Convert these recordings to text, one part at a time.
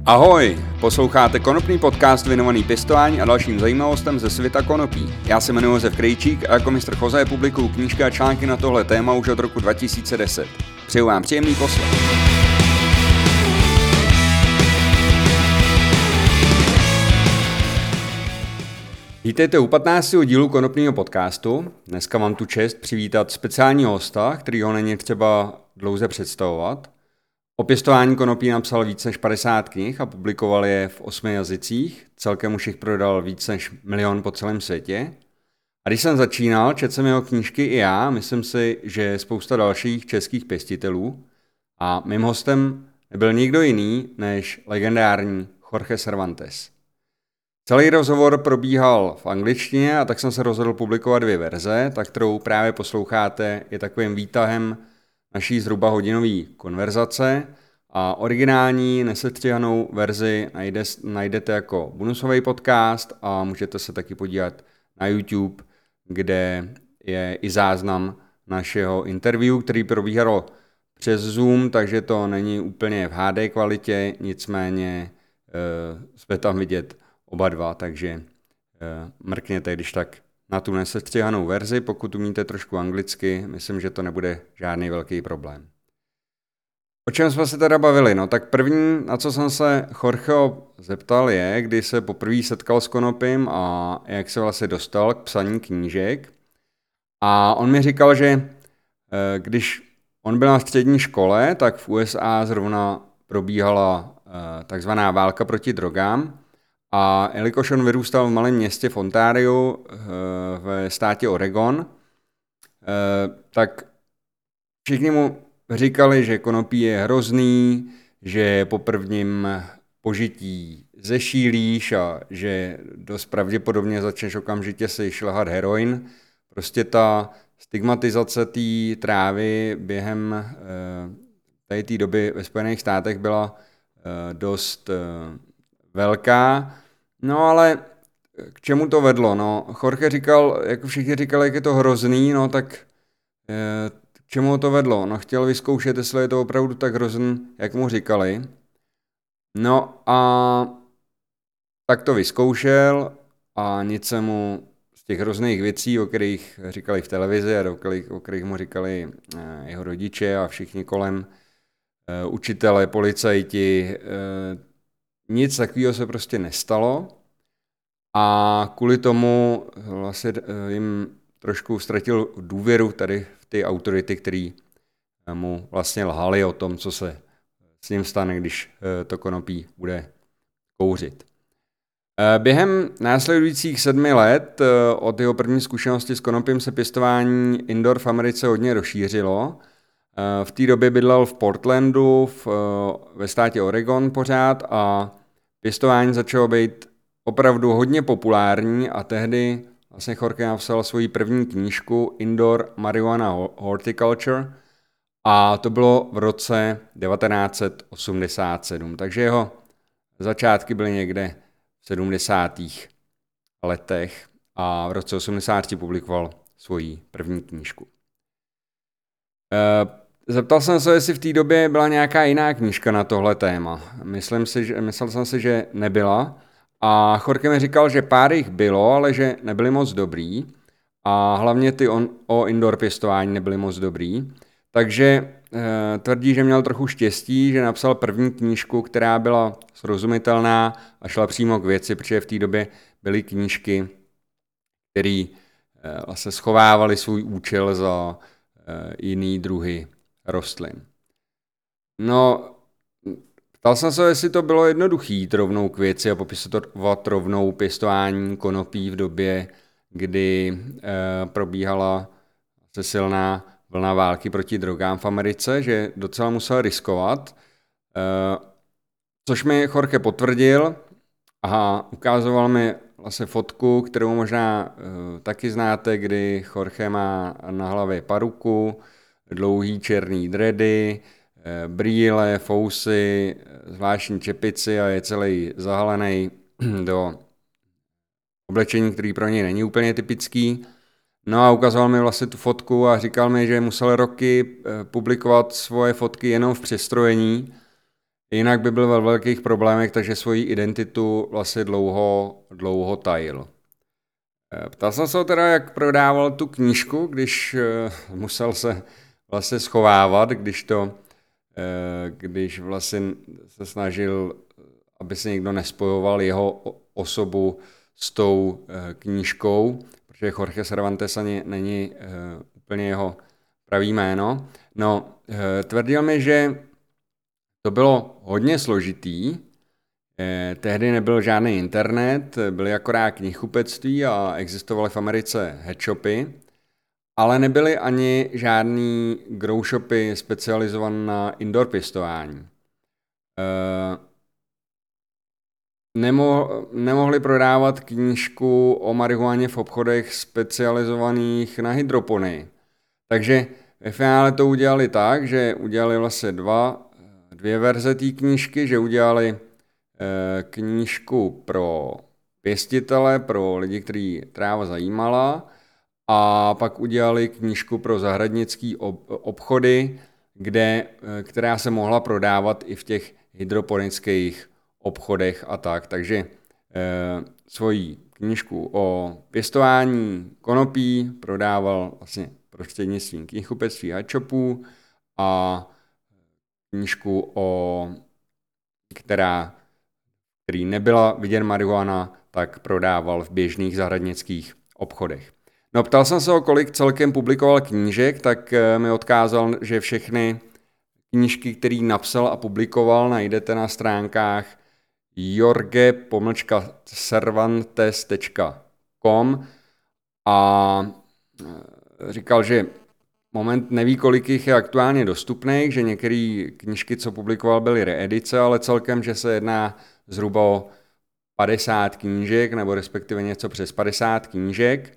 Ahoj, posloucháte konopný podcast věnovaný pěstování a dalším zajímavostem ze světa konopí. Já se jmenuji Josef Krejčík a jako mistr Jose publikuju knížky a články na tohle téma už od roku 2010. Přeju vám příjemný poslech. Vítejte u 15. dílu konopného podcastu. Dneska mám tu čest přivítat speciálního hosta, kterýho není třeba dlouze představovat. O pěstování konopí napsal víc než 50 knih a publikoval je v 8 jazycích. Celkem už jich prodal víc než 1 milion po celém světě. A když jsem začínal, četl jsem jeho knížky i já, myslím si, že spousta dalších českých pěstitelů. A mým hostem nebyl nikdo jiný než legendární Jorge Cervantes. Celý rozhovor probíhal v angličtině a tak jsem se rozhodl publikovat 2 verze. Ta, kterou právě posloucháte, je takovým výtahem naší zhruba hodinové konverzace a originální nesestřihanou verzi najdete jako bonusový podcast a můžete se taky podívat na YouTube, kde je i záznam našeho interview, který probíhalo přes Zoom, takže to není úplně v HD kvalitě, nicméně jsme tam vidět oba dva, takže mrkněte když tak na tu nesestřihanou verzi, pokud umíte trošku anglicky, myslím, že to nebude žádný velký problém. O čem jsme se teda bavili? No tak první, na co jsem se Jorgeho zeptal je, kdy se poprvé setkal s konopím a jak se vlastně dostal k psaní knížek. A on mi říkal, že když on byl na střední škole, tak v USA zrovna probíhala takzvaná válka proti drogám. A jelikož on vyrůstal v malém městě v Ontariu ve státě Oregon, tak všichni mu říkali, že konopí je hrozný, že po prvním požití zešílíš a že dost pravděpodobně začneš okamžitě si šlehat heroin. Prostě ta stigmatizace té trávy během té doby ve Spojených státech byla dost velká. No ale k čemu to vedlo? No, Jorge říkal, jako všichni říkali, jak je to hrozný, no tak k čemu to vedlo? No chtěl vyzkoušet, jestli je to opravdu tak hrozný, jak mu říkali. No a tak to vyzkoušel a nic se mu z těch hrozných věcí, o kterých říkali v televizi a o kterých mu říkali jeho rodiče a všichni kolem, učitelé, policajti, nic takového se prostě nestalo a kvůli tomu vlastně jim trošku ztratil důvěru tady v ty autority, který mu vlastně lhali o tom, co se s ním stane, když to konopí bude kouřit. Během následujících 7 let od jeho první zkušenosti s konopím se pěstování indoor v Americe hodně rozšířilo. V té době bydlel v Portlandu ve státě Oregon pořád a pěstování začalo být opravdu hodně populární a tehdy vlastně Jorge napsal svoji první knížku Indoor Marijuana Horticulture a to bylo v roce 1987, takže jeho začátky byly někde v 70. letech a v roce 83 publikoval svoji první knížku. Zeptal jsem se, jestli v té době byla nějaká jiná knížka na tohle téma. Myslel jsem si, že nebyla. A Jorge mi říkal, že pár jich bylo, ale že nebyly moc dobrý. A hlavně ty o indoor pěstování nebyly moc dobrý. Takže tvrdí, že měl trochu štěstí, že napsal první knížku, která byla srozumitelná a šla přímo k věci, protože v té době byly knížky, které vlastně schovávaly svůj účel za jiný druhy rostlin. No, ptal jsem se, jestli to bylo jednoduchý jít rovnou k věci a popisovat rovnou pěstování konopí v době, kdy probíhala silná vlna války proti drogám v Americe, že docela musel riskovat, což mi Jorge potvrdil a ukázoval mi vlastně fotku, kterou možná taky znáte, kdy Jorge má na hlavě paruku, dlouhý černý dredy, brýle, fousy, zvláštní čepici a je celý zahalený do oblečení, který pro něj není úplně typický. No a ukazoval mi vlastně tu fotku a říkal mi, že musel roky publikovat svoje fotky jenom v přestrojení, Jinak by byl ve velkých problémech, takže svoji identitu vlastně dlouho tajil. Ptal jsem se ho teda, jak prodával tu knížku, když musel se vlastně schovávat, když vlastně se snažil, aby se někdo nespojoval jeho osobu s tou knížkou, protože Jorge Cervantes ani není úplně jeho pravý jméno. No, tvrdil mi, že to bylo hodně složitý. Tehdy nebyl žádný internet, byly akorát knihkupectví a existovaly v Americe headshopy, ale nebyly ani žádný grow shopy specializované na indoor pěstování. Nemohli prodávat knížku o marihuaně v obchodech specializovaných na hydropony. Takže ve finále to udělali tak, že udělali vlastně dvě verze té knížky, že udělali knížku pro pěstitele, pro lidi, který tráva zajímala, a pak udělali knížku pro zahradnické obchody, která se mohla prodávat i v těch hydroponických obchodech a tak. Takže svoji knížku o pěstování konopí prodával vlastně prostřednictvím knihkupectví a shopů a knížku, který nebyla vidět marihuana, tak prodával v běžných zahradnických obchodech. No, ptal jsem se ho, kolik celkem publikoval knížek, tak mi odkázal, že všechny knížky, které napsal a publikoval, najdete na stránkách jorge-cervantes.com a říkal, že moment neví, kolik jich je aktuálně dostupných, že některé knížky, co publikoval, byly reedice, ale celkem, že se jedná zhruba o 50 knížek, nebo respektive něco přes 50 knížek.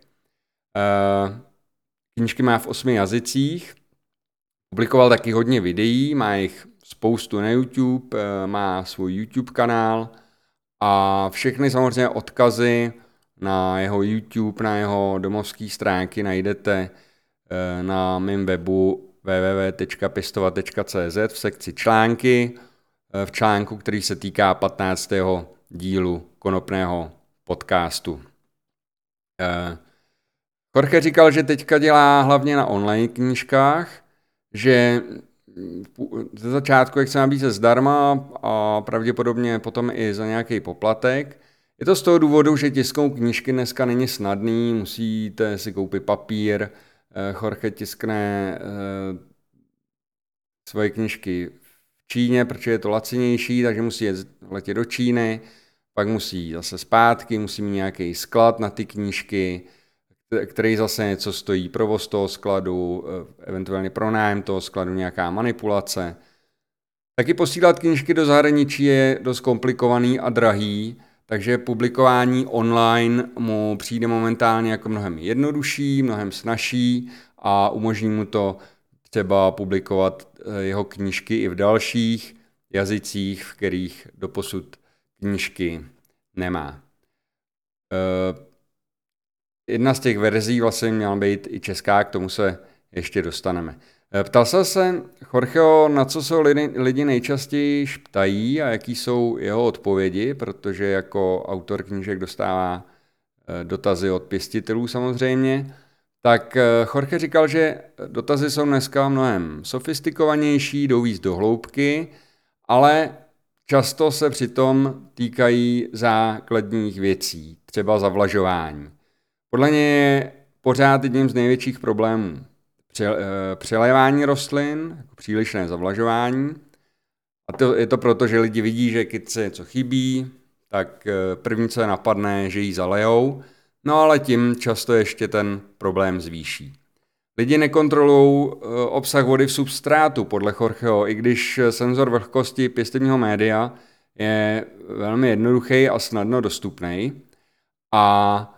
Knížky má v 8 jazycích, publikoval taky hodně videí, má jich spoustu na YouTube, má svůj YouTube kanál a všechny samozřejmě odkazy na jeho YouTube, na jeho domovské stránky najdete na mém webu www.pestovat.cz v sekci články, v článku, který se týká 15. dílu konopného podcastu. Jorge říkal, že teďka dělá hlavně na online knížkách, že ze začátku jak se nabízet zdarma a pravděpodobně potom i za nějaký poplatek. Je to z toho důvodu, že tisknou knížky dneska není snadný, musíte si koupit papír. Jorge tiskne svoje knížky v Číně, protože je to lacinější, takže musí letět do Číny, pak musí zase zpátky, musí mít nějaký sklad na ty knížky, který zase něco stojí, provoz toho skladu, eventuálně pronájem toho skladu, nějaká manipulace. Taky posílat knížky do zahraničí je dost komplikovaný a drahý, takže publikování online mu přijde momentálně jako mnohem jednodušší, mnohem snazší a umožní mu to třeba publikovat jeho knížky i v dalších jazycích, v kterých doposud knížky nemá. Jedna z těch verzí vlastně měla být i česká, k tomu se ještě dostaneme. Ptal se Jorgeho, na co se lidi nejčastěji ptají a jaký jsou jeho odpovědi, protože jako autor knížek dostává dotazy od pěstitelů samozřejmě. Tak Jorge říkal, že dotazy jsou dneska mnohem sofistikovanější, jdou víc do hloubky, ale často se přitom týkají základních věcí, třeba zavlažování. Podle něj je pořád jedním z největších problémů přelévání rostlin, jako přílišné zavlažování. A je to proto, že lidi vidí, že kytce něco chybí, tak první, co je napadne, že ji zalejou, no ale tím často ještě ten problém zvýší. Lidi nekontrolují obsah vody v substrátu, podle Jorgeho, i když senzor vlhkosti pěstebního média je velmi jednoduchý a snadno dostupný. A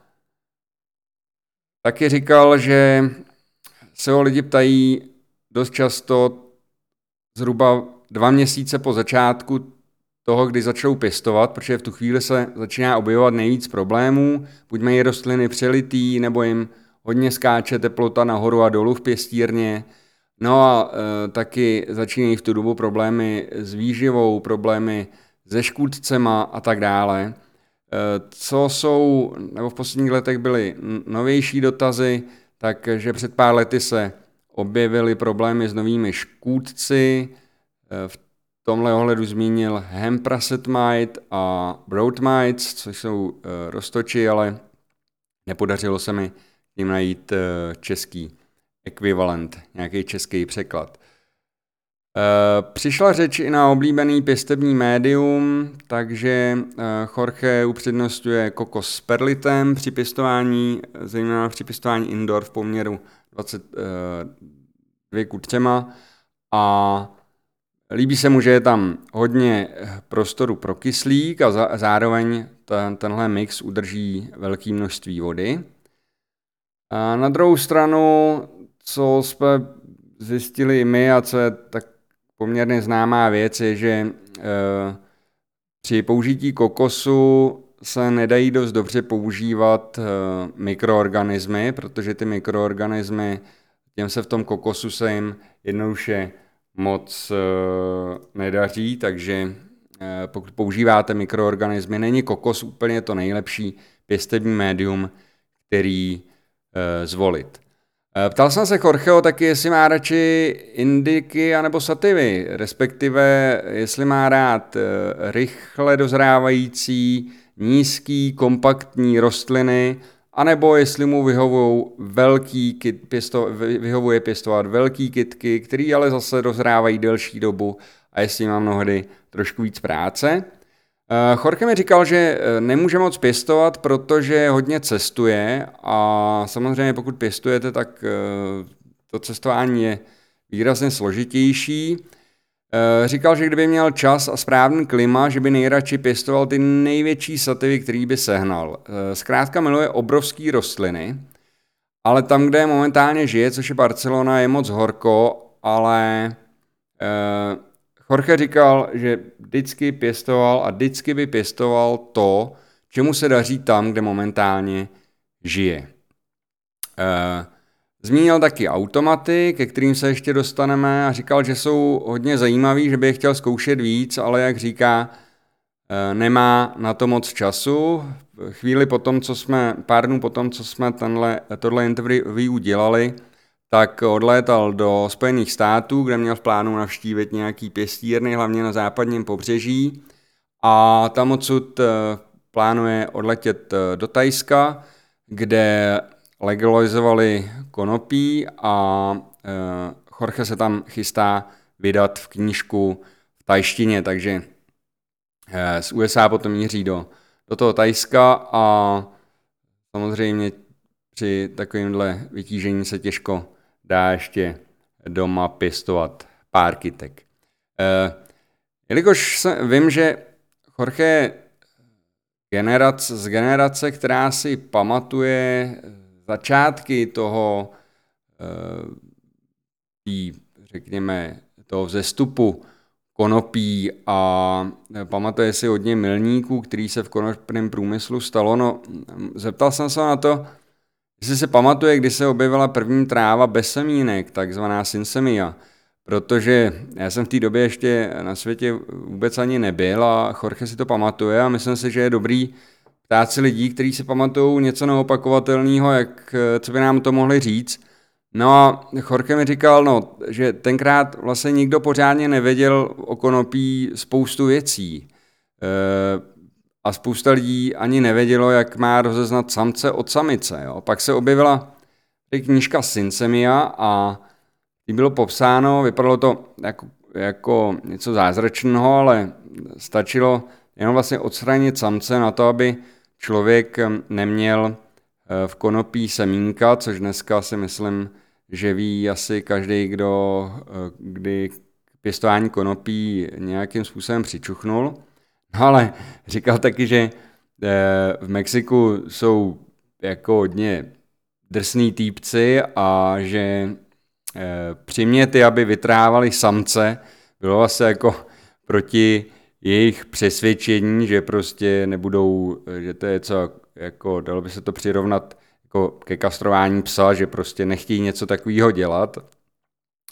taky říkal, že se ho lidi ptají dost často zhruba 2 měsíce po začátku toho, kdy začnou pěstovat, protože v tu chvíli se začíná objevovat nejvíc problémů, buď mají rostliny přelitý, nebo jim hodně skáče teplota nahoru a dolů v pěstírně, No a taky začínají v tu dobu problémy s výživou, problémy se škůdcema a tak dále. Co jsou, nebo v posledních letech byly novější dotazy, takže před pár lety se objevily problémy s novými škůdci. V tomhle ohledu zmínil Hempraset mite a Broad mites, což jsou roztoči, ale nepodařilo se mi tím najít český ekvivalent, nějaký český překlad. Přišla řeč i na oblíbený pěstební médium, takže Jorge upřednostňuje kokos s perlitem při pěstování, zejména při pěstování indoor v poměru 22:3 a líbí se mu, že je tam hodně prostoru pro kyslík a zároveň tenhle mix udrží velké množství vody. A na druhou stranu, co jsme zjistili i my a co je tak poměrně známá věc, je, že při použití kokosu se nedají dost dobře používat mikroorganismy, protože ty mikroorganismy, těm se v tom kokosu se jim jednoduše moc nedaří, takže pokud používáte mikroorganismy, není kokos úplně to nejlepší pěstební médium, který zvolit. Ptal jsem se Jorgeho taky, jestli má radši indiky anebo sativy, respektive jestli má rád rychle dozrávající, nízký, kompaktní rostliny, anebo jestli mu vyhovuje pěstovat velký kytky, které ale zase dozrávají delší dobu a jestli má mnohdy trošku víc práce. Jorge mi říkal, že nemůže moc pěstovat, protože hodně cestuje a samozřejmě pokud pěstujete, tak to cestování je výrazně složitější. Říkal, že kdyby měl čas a správný klima, že by nejradši pěstoval ty největší sativy, který by sehnal. Zkrátka miluje obrovský rostliny, ale tam, kde momentálně žije, což je Barcelona, je moc horko, ale Jorge říkal, že vždycky pěstoval a vždycky by pěstoval to, čemu se daří tam, kde momentálně žije. Zmínil taky automaty, ke kterým se ještě dostaneme a říkal, že jsou hodně zajímavý, že by je chtěl zkoušet víc, ale jak říká, nemá na to moc času. Pár dnů potom, co jsme tohle interview dělali, tak odlétal do Spojených států, kde měl v plánu navštívit nějaký pěstírny, hlavně na západním pobřeží. A tam odsud plánuje odletět do Thajska, kde legalizovali konopí a Jorge se tam chystá vydat v knížku v thajštině, takže z USA potom míří do toho Thajska a samozřejmě při takovémhle vytížení se těžko dá ještě doma pěstovat pár kytek. Jelikož vím, že Jorge je z generace, která si pamatuje začátky toho, toho vzestupu konopí a pamatuje si hodně milníků, který se v konopném průmyslu stalo. No, zeptal jsem se na to, jestli se pamatuje, kdy se objevila první tráva bez semínek, takzvaná synsemia, protože já jsem v té době ještě na světě vůbec ani nebyl a Jorge si to pamatuje a myslím si, že je dobrý ptát si lidí, kteří si pamatují něco neopakovatelného, co by nám to mohli říct. No a Jorge mi říkal, že tenkrát vlastně nikdo pořádně nevěděl o konopí spoustu věcí. A spousta lidí ani nevědělo, jak má rozeznat samce od samice. Jo. Pak se objevila knížka Synsemia a jí bylo popsáno, vypadalo to jako něco zázračného, ale stačilo jenom vlastně odstranit samce na to, aby člověk neměl v konopí semínka, což dneska si myslím, že ví asi každý, kdy pěstování konopí nějakým způsobem přičuchnul. No ale říkal taky, že v Mexiku jsou jako hodně drsný týpci a že přiměty, aby vytrávali samce, bylo vlastně jako proti jejich přesvědčení, že prostě nebudou, že to je co, jako dalo by se to přirovnat jako ke kastrování psa, že prostě nechtějí něco takového dělat.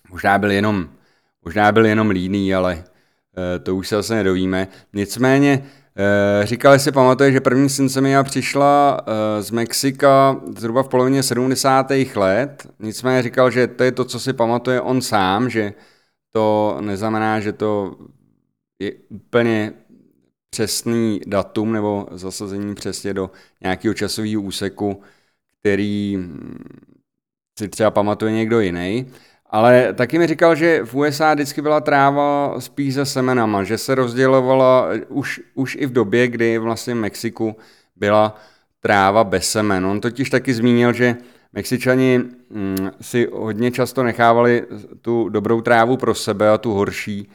možná byl jenom líný, ale to už se zase nedovíme. Nicméně říkal, si pamatuje, že první synsemia přišla z Mexika zhruba v polovině 70. let. Nicméně říkal, že to je to, co si pamatuje on sám, že to neznamená, že to je úplně přesný datum nebo zasazení přesně do nějakého časového úseku, který si třeba pamatuje někdo jiný. Ale taky mi říkal, že v USA vždycky byla tráva spíš se semenama, že se rozdělovala už i v době, kdy vlastně v Mexiku byla tráva bez semen. On totiž taky zmínil, že Mexičani si hodně často nechávali tu dobrou trávu pro sebe a tu horší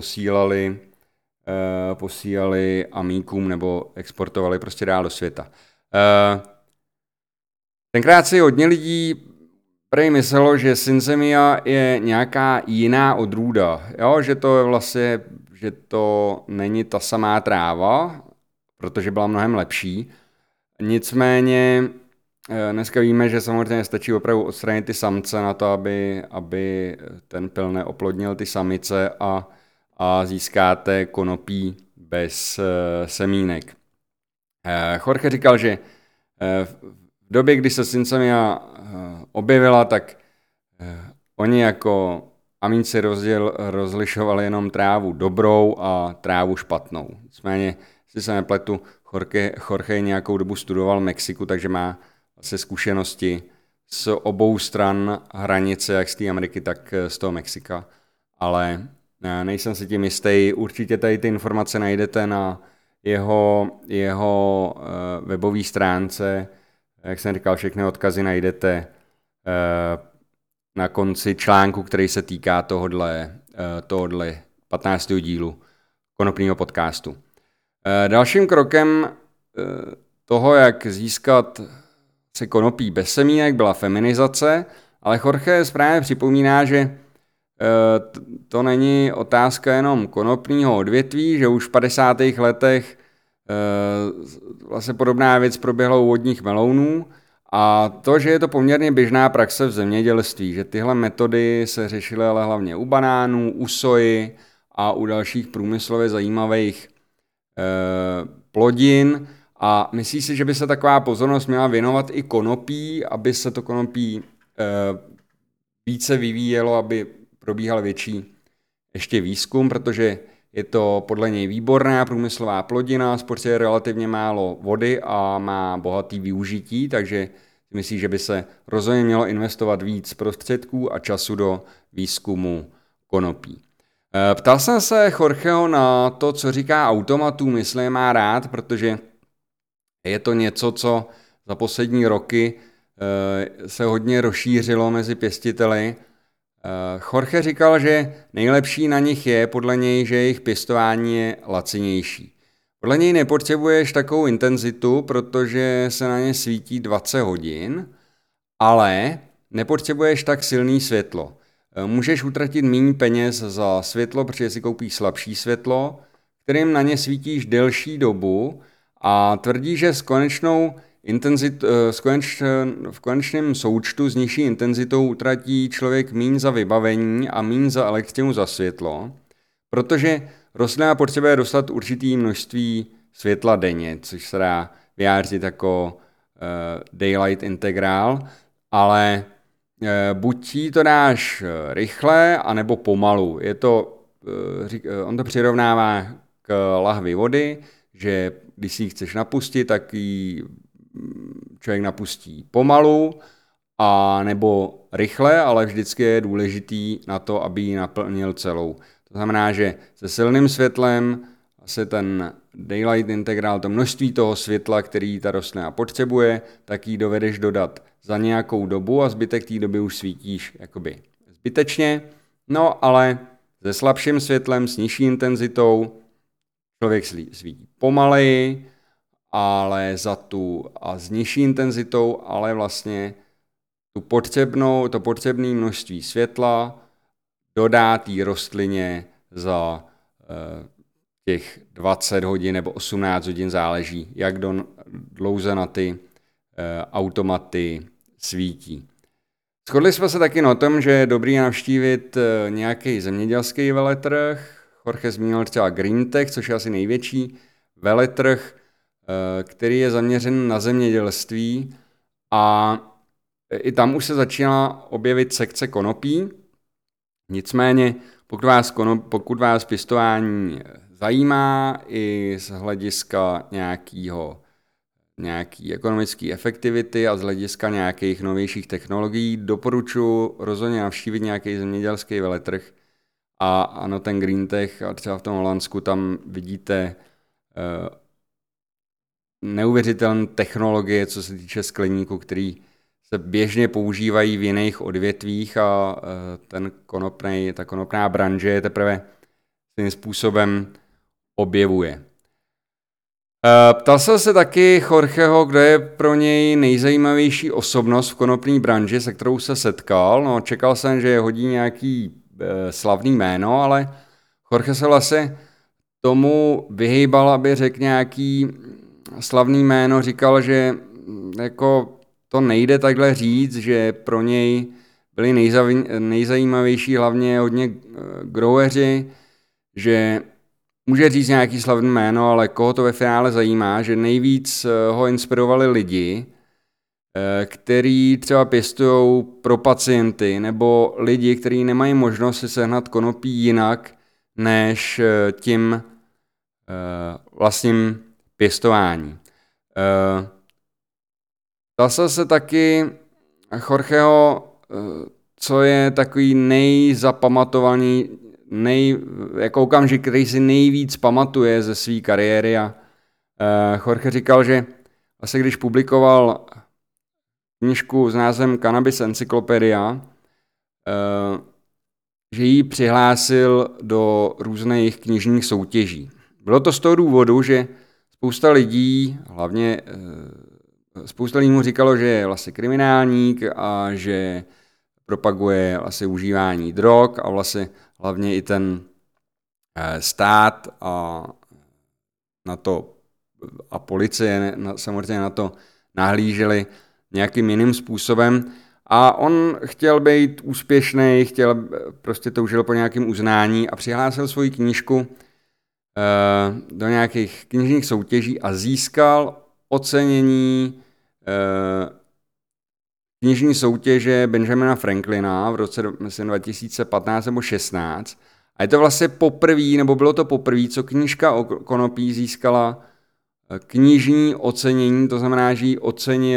posílali amíkům nebo exportovali prostě dál do světa. Tenkrát si hodně lidí prej myslelo, že synsemia je nějaká jiná odrůda, jo? Že to je vlastně, že to není ta samá tráva, protože byla mnohem lepší. Nicméně dneska víme, že samozřejmě stačí opravdu odstranit ty samce na to, aby ten pyl neoplodnil ty samice a získáte konopí bez semínek. Jorge říkal, že v době, kdy se synsemia objevila, tak oni jako amínci rozlišovali jenom trávu dobrou a trávu špatnou. Nicméně, jestli se nepletu, Jorge nějakou dobu studoval v Mexiku, takže má vlastně zkušenosti z obou stran hranice, jak z té Ameriky, tak z toho Mexika. Ale nejsem si tím jistý. Určitě tady ty informace najdete na jeho webové stránce. Jak jsem říkal, všechny odkazy najdete na konci článku, který se týká tohodle 15. dílu konopního podcastu. Dalším krokem toho, jak získat se konopí bez semínek, byla feminizace, ale Jorge správně připomíná, že to není otázka jenom konopního odvětví, že už v 50. letech vlastně podobná věc proběhla u vodních melounů a to, že je to poměrně běžná praxe v zemědělství, že tyhle metody se řešily ale hlavně u banánů, u soji a u dalších průmyslově zajímavých plodin a myslí si, že by se taková pozornost měla věnovat i konopí, aby se to konopí více vyvíjelo, aby probíhal větší ještě výzkum, protože je to podle něj výborná průmyslová plodina, spotřebuje relativně málo vody a má bohatý využití, takže si myslím, že by se rozhodně mělo investovat víc prostředků a času do výzkumu konopí. Ptal jsem se Jorgeho na to, co říká automatům, jestli je má rád, protože je to něco, co za poslední roky se hodně rozšířilo mezi pěstiteli. Jorge říkal, že nejlepší na nich je podle něj, že jejich pěstování je lacinější. Podle něj nepotřebuješ takovou intenzitu, protože se na ně svítí 20 hodin, ale nepotřebuješ tak silný světlo. Můžeš utratit méně peněz za světlo, protože si koupíš slabší světlo, kterým na ně svítíš delší dobu a tvrdí, že v konečném součtu s nižší intenzitou utratí člověk míň za vybavení a míň za elektřinu za světlo, protože rostlina potřebuje dostat určitý množství světla denně, což se dá vyjádřit jako daylight integrál, ale buď jí to dáš rychle, anebo pomalu. On to přirovnává k lahvi vody, že když si ji chceš napustit, tak ji člověk napustí pomalu a nebo rychle, ale vždycky je důležitý na to, aby ji naplnil celou. To znamená, že se silným světlem se ten daylight integrál, to množství toho světla, který ta rostlina potřebuje, tak ji dovedeš dodat za nějakou dobu a zbytek té doby už svítíš jakoby zbytečně. No ale se slabším světlem, s nižší intenzitou, člověk svítí pomaleji, ale s nižší intenzitou, ale vlastně to potřebné množství světla dodá té rostlině za těch 20 hodin nebo 18 hodin, záleží, jak dlouze na ty automaty svítí. Shodli jsme se taky na tom, že je dobrý navštívit nějaký zemědělský veletrh. Jorge zmínil třeba Greentech, což je asi největší veletrh, který je zaměřen na zemědělství a i tam už se začíná objevit sekce konopí. Nicméně, pokud vás pěstování zajímá i z hlediska nějaký ekonomické efektivity a z hlediska nějakých novějších technologií, doporučuji rozhodně navštívit nějaký zemědělský veletrh. A ano, ten Greentech a třeba v tom Holandsku tam vidíte neuvěřitelné technologie, co se týče skleníku, který se běžně používají v jiných odvětvích a ta konopná branže je teprve tím způsobem objevuje. Ptal se taky Jorgeho, kdo je pro něj nejzajímavější osobnost v konopné branži, se kterou se setkal. No, čekal jsem, že je hodí nějaký slavný jméno, ale Jorge se vlastně tomu vyhýbal, aby řekl nějaký slavný jméno. Říkal, že jako to nejde takhle říct, že pro něj byli nejzajímavější hlavně hodně groweři, že může říct nějaký slavný jméno, ale koho to ve finále zajímá, že nejvíc ho inspirovali lidi, který třeba pěstují pro pacienty, nebo lidi, kteří nemají možnost si sehnat konopí jinak, než tím vlastním pěstování. Ptal se taky Jorgeho, co je takový nejzapamatovaný, jako okamžik, který si nejvíc pamatuje ze své kariéry. A Jorge říkal, že vlastně když publikoval knížku s názvem Cannabis Encyclopedia, že ji přihlásil do různých knižních soutěží. Bylo to z toho důvodu, že spousta lidí, hlavně spousta lidí mu říkalo, že je vlastně kriminálník a že propaguje vlastně užívání drog a vlastně hlavně i ten stát a policie samozřejmě na to nahlíželi nějakým jiným způsobem. A on chtěl být úspěšný, prostě toužil po nějakém uznání a přihlásil svoji knížku do nějakých knižních soutěží a získal ocenění knižní soutěže Benjamina Franklina v roce 2015 nebo 16. A je to vlastně bylo to poprvé, co knížka o konopí získala knižní ocenění, to znamená, že ji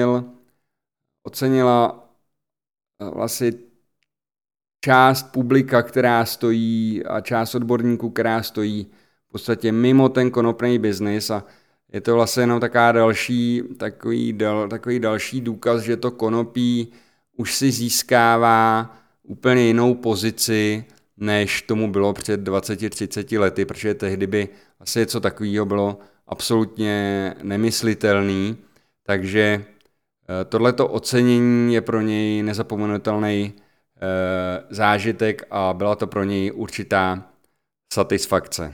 ocenila vlastně část publika, která stojí a část odborníků, která stojí v podstatě mimo ten konopný biznis a je to vlastně jenom takový další důkaz, že to konopí už si získává úplně jinou pozici, než tomu bylo před 20-30 lety, protože tehdy by asi něco takového bylo absolutně nemyslitelný. Takže tohleto ocenění je pro něj nezapomenutelný zážitek a byla to pro něj určitá satisfakce.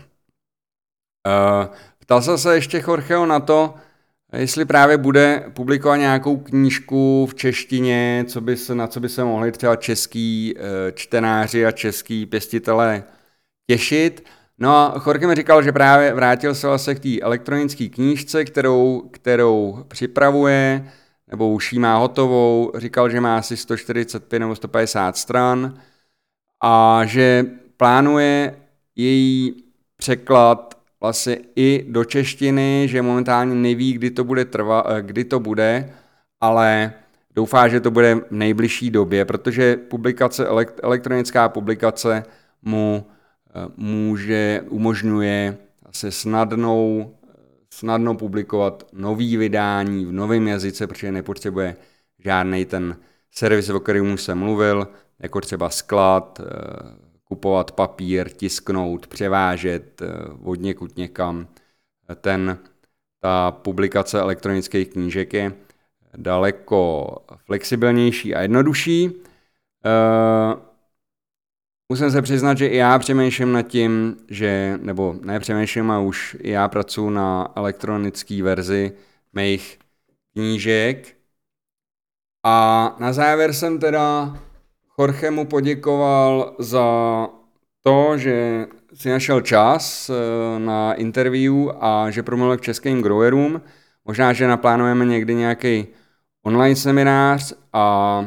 Ptal se ještě Jorgeho na to, jestli právě bude publikovat nějakou knížku v češtině, na co by se mohli třeba český čtenáři a český pěstitelé těšit. No a Jorge mi říkal, že právě vrátil se vlastně k té elektronické knížce, kterou připravuje, nebo už ji má hotovou. Říkal, že má asi 145 nebo 150 stran a že plánuje její překlad vlastně i do češtiny, že momentálně neví, kdy to bude, ale doufá, že to bude v nejbližší době, protože elektronická publikace mu umožňuje se snadno publikovat nový vydání v novém jazyce, protože nepotřebuje žádnej ten servis, o kterém jsem mluvil, jako třeba sklad, kupovat papír, tisknout, převážet odněkud někam. Ta publikace elektronických knížek je daleko flexibilnější a jednodušší. Musím se přiznat, že i já přemýšlím nad tím, nebo ne přemýšlím, a už i já pracuji na elektronické verzi mých knížek. A na závěr jsem teda Jorge mu poděkoval za to, že si našel čas na interview a že promluvil k českým growerům. Možná, že naplánujeme někdy nějaký online seminář a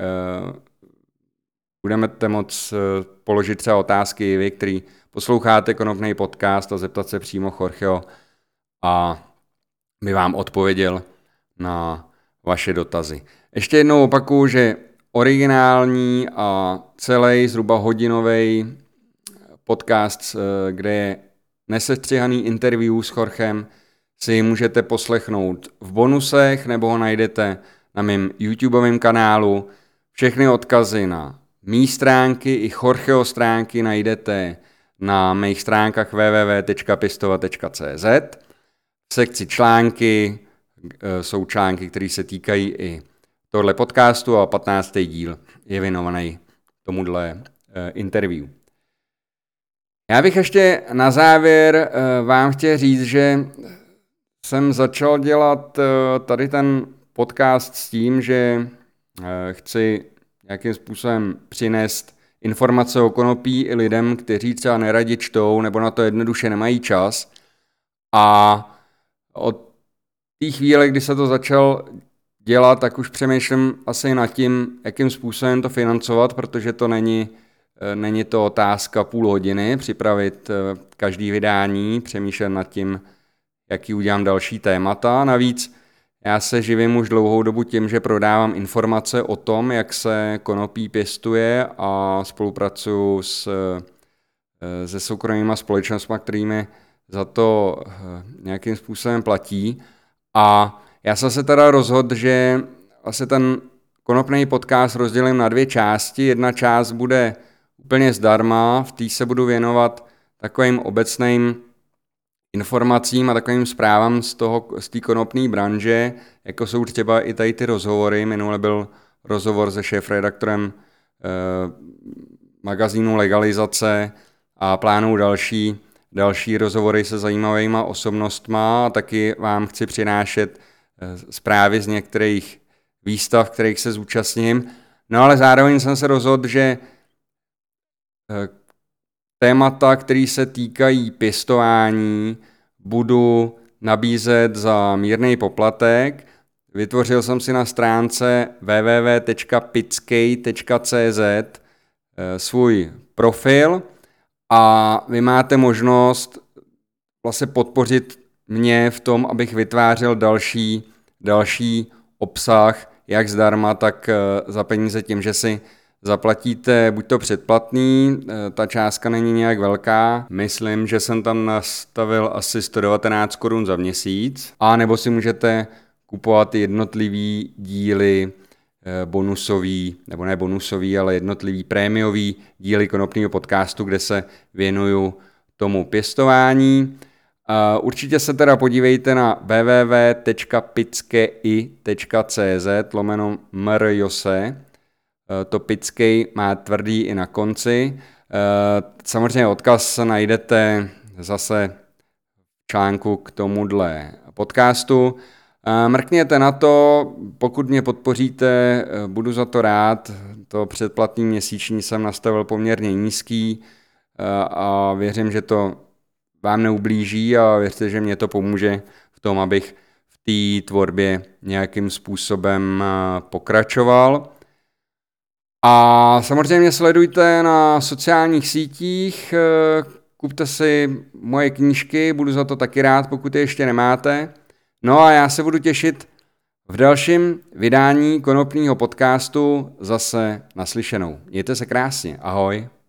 budete moct položit třeba otázky vy, který posloucháte konopný podcast a zeptat se přímo Jorgeho a by vám odpověděl na vaše dotazy. Ještě jednou opakuju, že originální a celý zhruba hodinový podcast, kde je nesestřihaný interview s Jorgem, si můžete poslechnout v bonusech nebo ho najdete na mém YouTubeovém kanálu. Všechny odkazy na mý stránky i Jorgeho stránky najdete na mých stránkách www.pistova.cz. V sekci články jsou články, které se týkají i tohle podcastu a 15. díl je věnovaný tomuhle interview. Já bych ještě na závěr vám chtěl říct, že jsem začal dělat tady ten podcast s tím, že chci nějakým způsobem přinést informace o konopí i lidem, kteří třeba neradi čtou nebo na to jednoduše nemají čas. A od té chvíle, kdy se to začal dělat, tak už přemýšlím asi nad tím, jakým způsobem to financovat, protože to není to otázka půl hodiny připravit každý vydání, přemýšlet nad tím, jaký udělám další témata. Navíc já se živím už dlouhou dobu tím, že prodávám informace o tom, jak se konopí pěstuje a spolupracuju se soukromými společnostmi, kterými za to nějakým způsobem platí. A já jsem se teda rozhodl, že vlastně ten konopný podcast rozdělím na 2 části. Jedna část bude úplně zdarma, v té se budu věnovat takovým obecným informacím a takovým zprávám z té konopné branže, jako jsou třeba i tady ty rozhovory. Minule byl rozhovor se šéfredaktorem magazínu Legalizace a plánuju další rozhovory se zajímavýma osobnostma a taky vám chci přinášet zprávy z některých výstav, kterých se zúčastním. No ale zároveň jsem se rozhodl, že témata, které se týkají pěstování, budu nabízet za mírný poplatek. Vytvořil jsem si na stránce www.pickej.cz svůj profil a vy máte možnost vlastně podpořit mě v tom, abych vytvářel další obsah, jak zdarma, tak za peníze tím, že si zaplatíte buď to předplatný, ta částka není nějak velká, myslím, že jsem tam nastavil asi 119 korun za měsíc, a nebo si můžete kupovat jednotlivý díly bonusový, nebo ne bonusový, ale jednotlivý prémiový díly konopného podcastu, kde se věnuju tomu pěstování. Určitě se teda podívejte na www.pickej.cz/mrjose. To Pickej má tvrdý i na konci. Samozřejmě odkaz najdete zase v článku k tomuhle podcastu. Mrkněte na to, pokud mě podpoříte, budu za to rád. To předplatný měsíční jsem nastavil poměrně nízký a věřím, že to vám neublíží a věřte, že mě to pomůže v tom, abych v té tvorbě nějakým způsobem pokračoval. A samozřejmě sledujte na sociálních sítích, kupte si moje knížky, budu za to taky rád, pokud je ještě nemáte. No a já se budu těšit v dalším vydání konopného podcastu zase naslyšenou. Mějte se krásně, ahoj.